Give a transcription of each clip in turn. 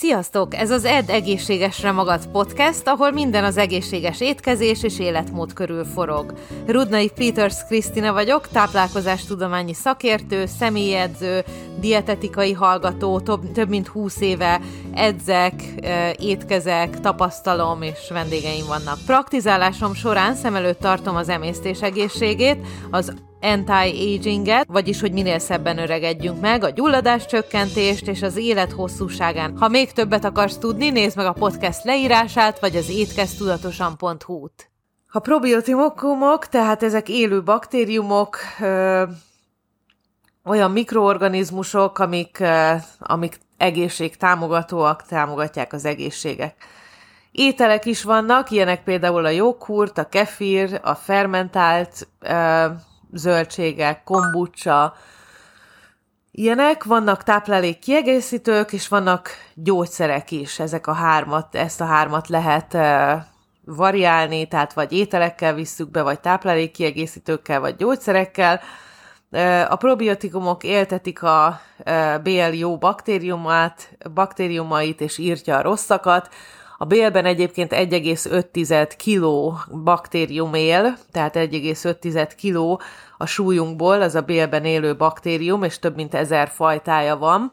Sziasztok! Ez az Edd egészségesre magad podcast, ahol minden az egészséges étkezés és életmód körül forog. Rudnai Peters Krisztina vagyok, táplálkozástudományi szakértő, személyedző, dietetikai hallgató, több mint 20 éve edzek, étkezek, tapasztalom és vendégeim vannak. Praktizálásom során szem előtt tartom az emésztés egészségét, az anti-aginget, vagyis hogy minél szebben öregedjünk meg, a gyulladáscsökkentést és az élet hosszúságán. Ha még többet akarsz tudni, nézd meg a podcast leírását, vagy az étkeztudatosan.hu-t. A probiotikumok, tehát ezek élő baktériumok, olyan mikroorganizmusok, amik egészségtámogatóak, támogatják az egészséget. Ételek is vannak, ilyenek például a joghurt, a kefir, a fermentált zöldségek, kombucha, ilyenek, vannak táplálékkiegészítők, és vannak gyógyszerek is, ezt a hármat lehet variálni, tehát vagy ételekkel visszük be, vagy táplálékkiegészítőkkel, vagy gyógyszerekkel. A probiotikumok éltetik a bél jó baktériumait, és írtja a rosszakat. A bélben egyébként 1,5 kg baktérium él, tehát 1,5 kg a súlyunkból, az a bélben élő baktérium, és több mint 1000 fajtája van.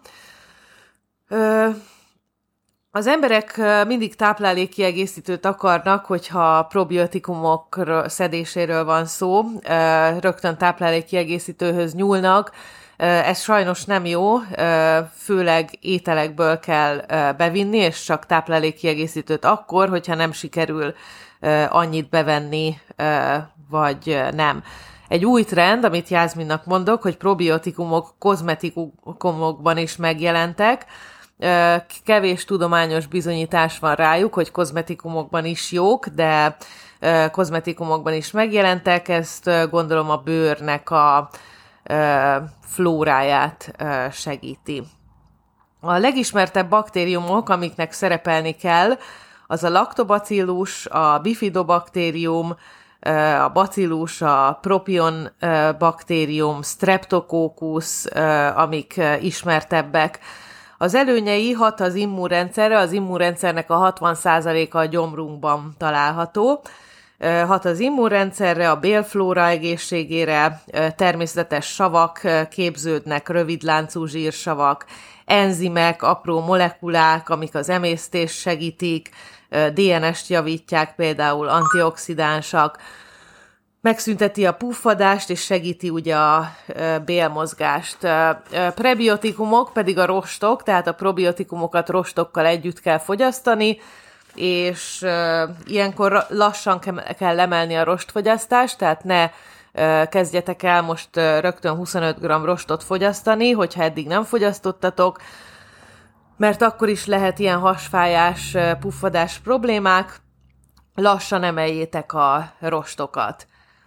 Az emberek mindig táplálékkiegészítőt akarnak, hogyha probiotikumok szedéséről van szó, rögtön táplálékkiegészítőhöz nyúlnak. Ez sajnos nem jó, főleg ételekből kell bevinni, és csak táplálékkiegészítőt akkor, hogyha nem sikerül annyit bevenni, vagy nem. Egy új trend, amit Jászminnak mondok, hogy probiotikumok kozmetikumokban is megjelentek. Kevés tudományos bizonyítás van rájuk, hogy kozmetikumokban is jók, de kozmetikumokban is megjelentek, ezt gondolom a bőrnek a flóráját segíti. A legismertebb baktériumok, amiknek szerepelni kell, az a lactobacillus, a bifidobakterium, a bacillus, a propion baktérium, streptococcus, amik ismertebbek. Az előnyei hat az immunrendszerre, az immunrendszernek a 60%-a a gyomrunkban található. Hat az immunrendszerre, a bélflóra egészségére, természetes savak képződnek, rövidláncú zsírsavak, enzimek, apró molekulák, amik az emésztést segítik, DNS-t javítják, például antioxidánsak, megszünteti a puffadást, és segíti ugye a bélmozgást. Prebiotikumok pedig a rostok, tehát a probiotikumokat rostokkal együtt kell fogyasztani, és ilyenkor lassan kell emelni a rostfogyasztást, tehát ne kezdjetek el most rögtön 25 g rostot fogyasztani, hogyha eddig nem fogyasztottatok, mert akkor is lehet ilyen hasfájás, puffadás problémák, lassan emeljétek a rostokat.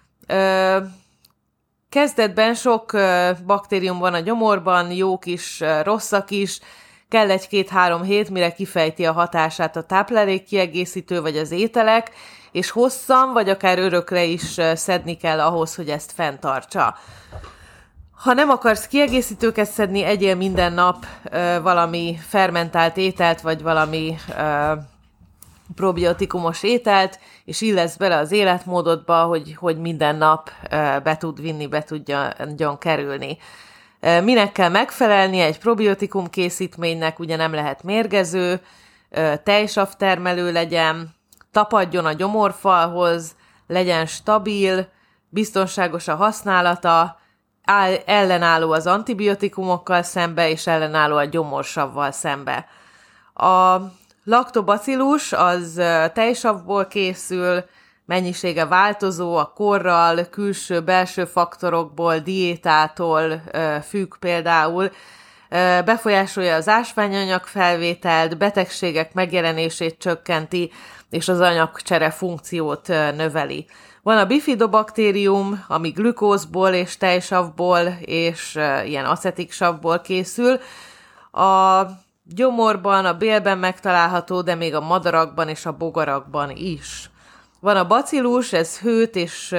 Kezdetben sok baktérium van a gyomorban, jók is, rosszak is, kell 1-2-3 hét, mire kifejti a hatását a táplálékkiegészítő vagy az ételek, és hosszan, vagy akár örökre is szedni kell ahhoz, hogy ezt fenntartsa. Ha nem akarsz kiegészítőket szedni, egyél minden nap valami fermentált ételt, vagy valami probiotikumos ételt, és illesz bele az életmódodba, hogy minden nap be tud vinni, be tudjon kerülni. Minek kell megfelelnie egy probiotikum készítménynek, ugye nem lehet mérgező, tejsavtermelő legyen, tapadjon a gyomorfalhoz, legyen stabil, biztonságos a használata, ellenálló az antibiotikumokkal szembe, és ellenálló a gyomorsavval szembe. A lactobacillus az tejsavból készül, mennyisége változó a korral, külső-belső faktorokból, diétától függ például, befolyásolja az ásványanyag felvételt, betegségek megjelenését csökkenti, és az anyagcsere funkciót növeli. Van a bifidobaktérium, ami glükózból és tejsavból és ilyen acetiksavból készül. A gyomorban, a bélben megtalálható, de még a madarakban és a bogarakban is. Van a bacillus, ez hőt és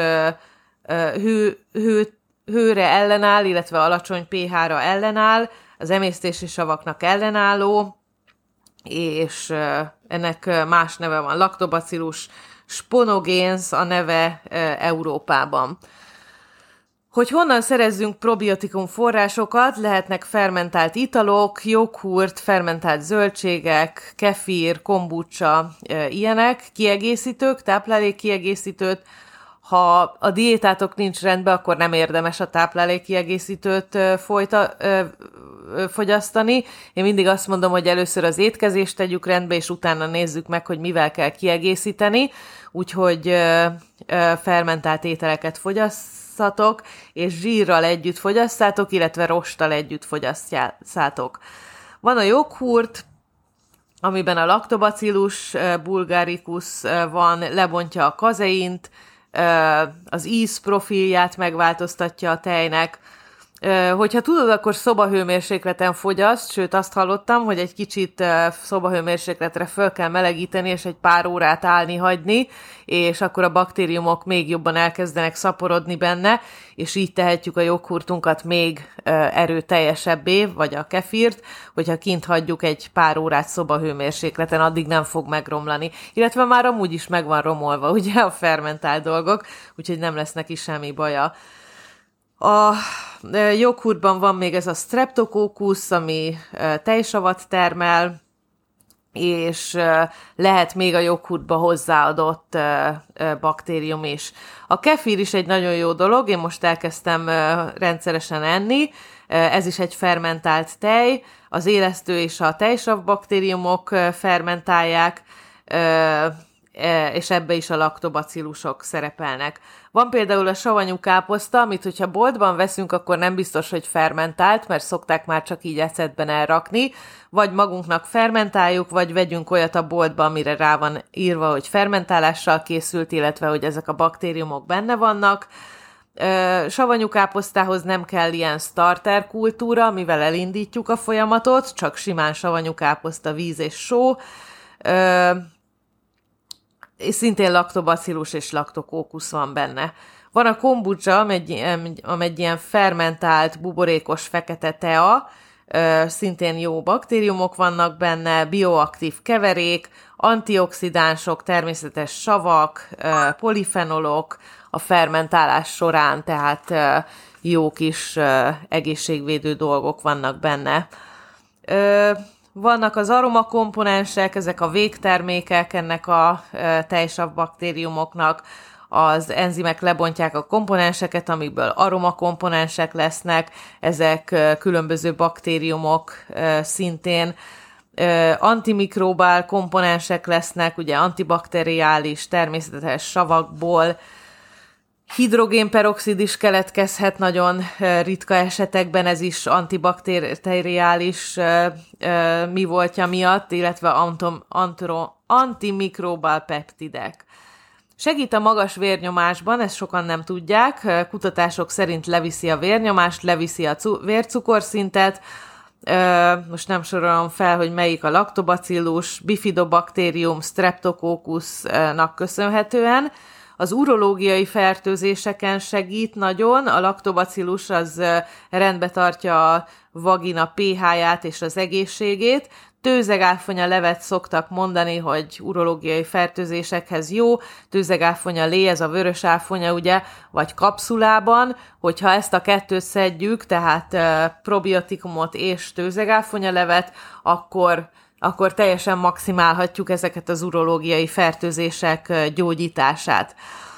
hőre ellenáll, illetve alacsony pH-ra ellenáll, az emésztési savaknak ellenálló, és ennek más neve van, Lactobacillus sponogénz a neve Európában. Hogy honnan szerezzünk probiotikum forrásokat, lehetnek fermentált italok, joghurt, fermentált zöldségek, kefír, kombucha, ilyenek, kiegészítők, táplálékkiegészítőt. Ha a diétátok nincs rendben, akkor nem érdemes a táplálékkiegészítőt fogyasztani. Én mindig azt mondom, hogy először az étkezést tegyük rendbe, és utána nézzük meg, hogy mivel kell kiegészíteni. Úgyhogy fermentált ételeket fogyasztatok, és zsírral együtt fogyasztátok, illetve rosttal együtt fogyasztátok. Van a joghurt, amiben a Lactobacillus bulgaricus van, lebontja a kazeint, az íz profilját megváltoztatja a tejnek. Hogyha tudod, akkor szobahőmérsékleten fogyaszt, sőt azt hallottam, hogy egy kicsit szobahőmérsékletre föl kell melegíteni, és egy pár órát állni hagyni, és akkor a baktériumok még jobban elkezdenek szaporodni benne, és így tehetjük a joghurtunkat még erőteljesebbé, vagy a kefírt, hogyha kint hagyjuk egy pár órát szobahőmérsékleten, addig nem fog megromlani. Illetve már amúgy is meg van romolva, ugye, a fermentált dolgok, úgyhogy nem lesz neki semmi baja. A joghurtban van még ez a streptococcus, ami tejsavat termel, és lehet még a joghurtba hozzáadott baktérium is. A kefír is egy nagyon jó dolog, én most elkezdtem rendszeresen enni, ez is egy fermentált tej, az élesztő és a tejsav baktériumok fermentálják, és ebbe is a laktobacillusok szerepelnek. Van például a savanyú káposzta, amit hogyha boltban veszünk, akkor nem biztos, hogy fermentált, mert szokták már csak így ecetben elrakni, vagy magunknak fermentáljuk, vagy vegyünk olyat a boltba, amire rá van írva, hogy fermentálással készült, illetve hogy ezek a baktériumok benne vannak. Savanyú káposztához nem kell ilyen starter kultúra, mivel elindítjuk a folyamatot, csak simán savanyú káposzta, víz és só, és szintén laktobacillus és laktokókusz van benne. Van a kombucha, ami egy ilyen fermentált, buborékos fekete tea, szintén jó baktériumok vannak benne, bioaktív keverék, antioxidánsok, természetes savak, polifenolok a fermentálás során, tehát jó kis egészségvédő dolgok vannak benne. Vannak az aromakomponensek, ezek a végtermékek ennek a tejsav baktériumoknak, az enzimek lebontják a komponenseket, amikből aromakomponensek lesznek, ezek különböző baktériumok szintén, antimikrobál komponensek lesznek, ugye antibakteriális, természetes savakból, hidrogénperoxid is keletkezhet nagyon ritka esetekben, ez is antibakteriális mi voltja miatt, illetve antimikrobál peptidek. Segít a magas vérnyomásban, ezt sokan nem tudják, kutatások szerint leviszi a vérnyomást, leviszi a vércukorszintet, most nem sorolom fel, hogy melyik a laktobacillus, bifidobakterium, streptococcusnak köszönhetően. Az urológiai fertőzéseken segít nagyon, a laktobacillus az rendbe tartja a vagina pH-ját és az egészségét. Tőzegáfonya levet szoktak mondani, hogy urológiai fertőzésekhez jó, tőzegáfonya lé, ez a vörös áfonya, ugye, vagy kapszulában, hogyha ezt a kettőt szedjük, tehát probiotikumot és tőzegáfonya levet, akkor teljesen maximálhatjuk ezeket az urológiai fertőzések gyógyítását.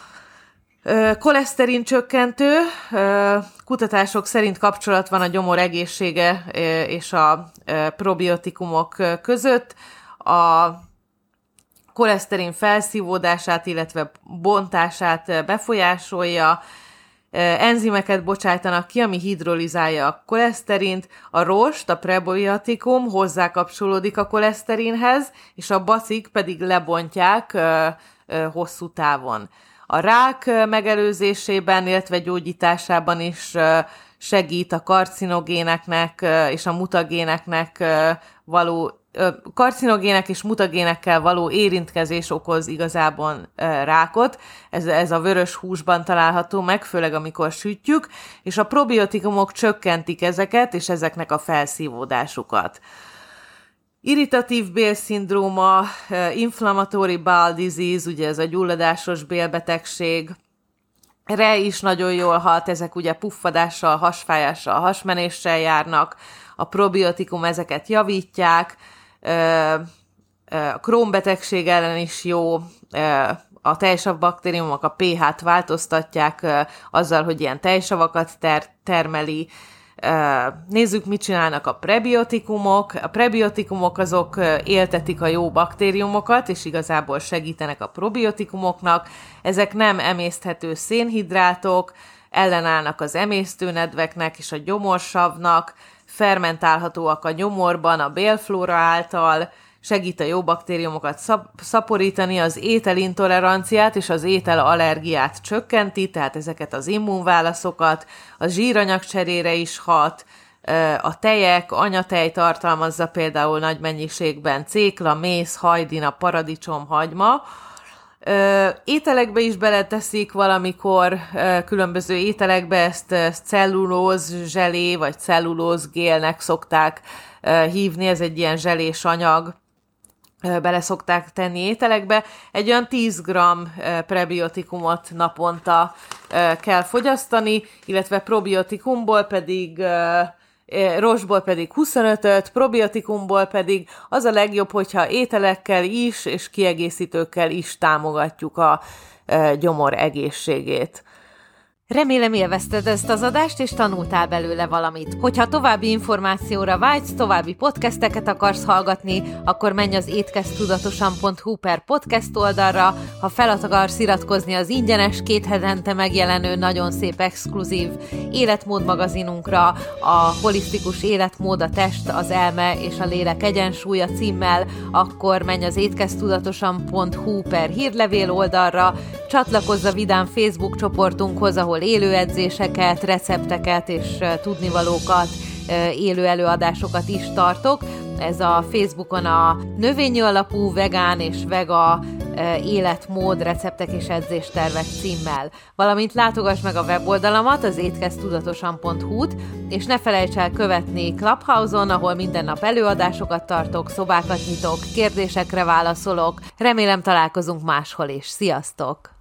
Koleszterin csökkentő, kutatások szerint kapcsolat van a gyomor egészsége és a probiotikumok között. A koleszterin felszívódását, illetve bontását befolyásolja, enzimeket bocsájtanak ki, ami hidrolizálja a koleszterint, a rost, a prebiotikum hozzá kapcsolódik a koleszterinhez, és a bacik pedig lebontják hosszú távon. A rák megelőzésében, illetve gyógyításában is segít a karcinogéneknek és a mutagéneknek való karcinogének és mutagénekkel való érintkezés okoz igazából rákot. Ez a vörös húsban található meg, főleg amikor sütjük, és a probiotikumok csökkentik ezeket, és ezeknek a felszívódásukat. Irritatív bélszindróma, inflammatory bowel disease, ugye ez a gyulladásos bélbetegség, re is nagyon jól hat, ezek ugye puffadással, hasfájással, hasmenéssel járnak, a probiotikum ezeket javítják, a Crohn-betegség ellen is jó, a tejsav baktériumok a pH-t változtatják azzal, hogy ilyen tejsavakat termeli. Nézzük, mit csinálnak a prebiotikumok. A prebiotikumok azok éltetik a jó baktériumokat, és igazából segítenek a probiotikumoknak. Ezek nem emészthető szénhidrátok, ellenállnak az emésztőnedveknek és a gyomorsavnak, fermentálhatóak a gyomorban a bélflóra által, segít a jó baktériumokat szaporítani, az ételintoleranciát és az ételallergiát csökkenti, tehát ezeket az immunválaszokat, a zsíranyagcserére is hat, a tejek, anyatej tartalmazza például nagy mennyiségben cékla, méz, hajdina, paradicsom, hagyma. Ételekbe is beleteszik valamikor, különböző ételekbe ezt cellulóz zselé vagy cellulóz gélnek szokták hívni, ez egy ilyen zselés anyag, bele szokták tenni ételekbe. Egy olyan 10 g prebiotikumot naponta kell fogyasztani, illetve probiotikumból pedig rostból pedig 25-öt, probiotikumból pedig az a legjobb, hogyha ételekkel is és kiegészítőkkel is támogatjuk a gyomor egészségét. Remélem élvezted ezt az adást, és tanultál belőle valamit. Hogyha további információra vágysz, további podcasteket akarsz hallgatni, akkor menj az étkezdtudatosan.hu/podcast oldalra. Ha fel akarsz iratkozni az ingyenes 2 hetente megjelenő nagyon szép exkluzív életmódmagazinunkra, a holisztikus életmód, a test, az elme és a lélek egyensúlya címmel, akkor menj az étkezdtudatosan.hu/hírlevél oldalra, csatlakozz a vidám Facebook csoportunkhoz, ahol élő edzéseket, recepteket és tudnivalókat, élő előadásokat is tartok. Ez a Facebookon a növényi alapú vegán és vega életmód, receptek és edzéstervek címmel. Valamint látogass meg a weboldalamat, az étkezdtudatosan.hu-t, és ne felejts el követni Clubhouse-on, ahol minden nap előadásokat tartok, szobákat nyitok, kérdésekre válaszolok. Remélem találkozunk máshol is. Sziasztok!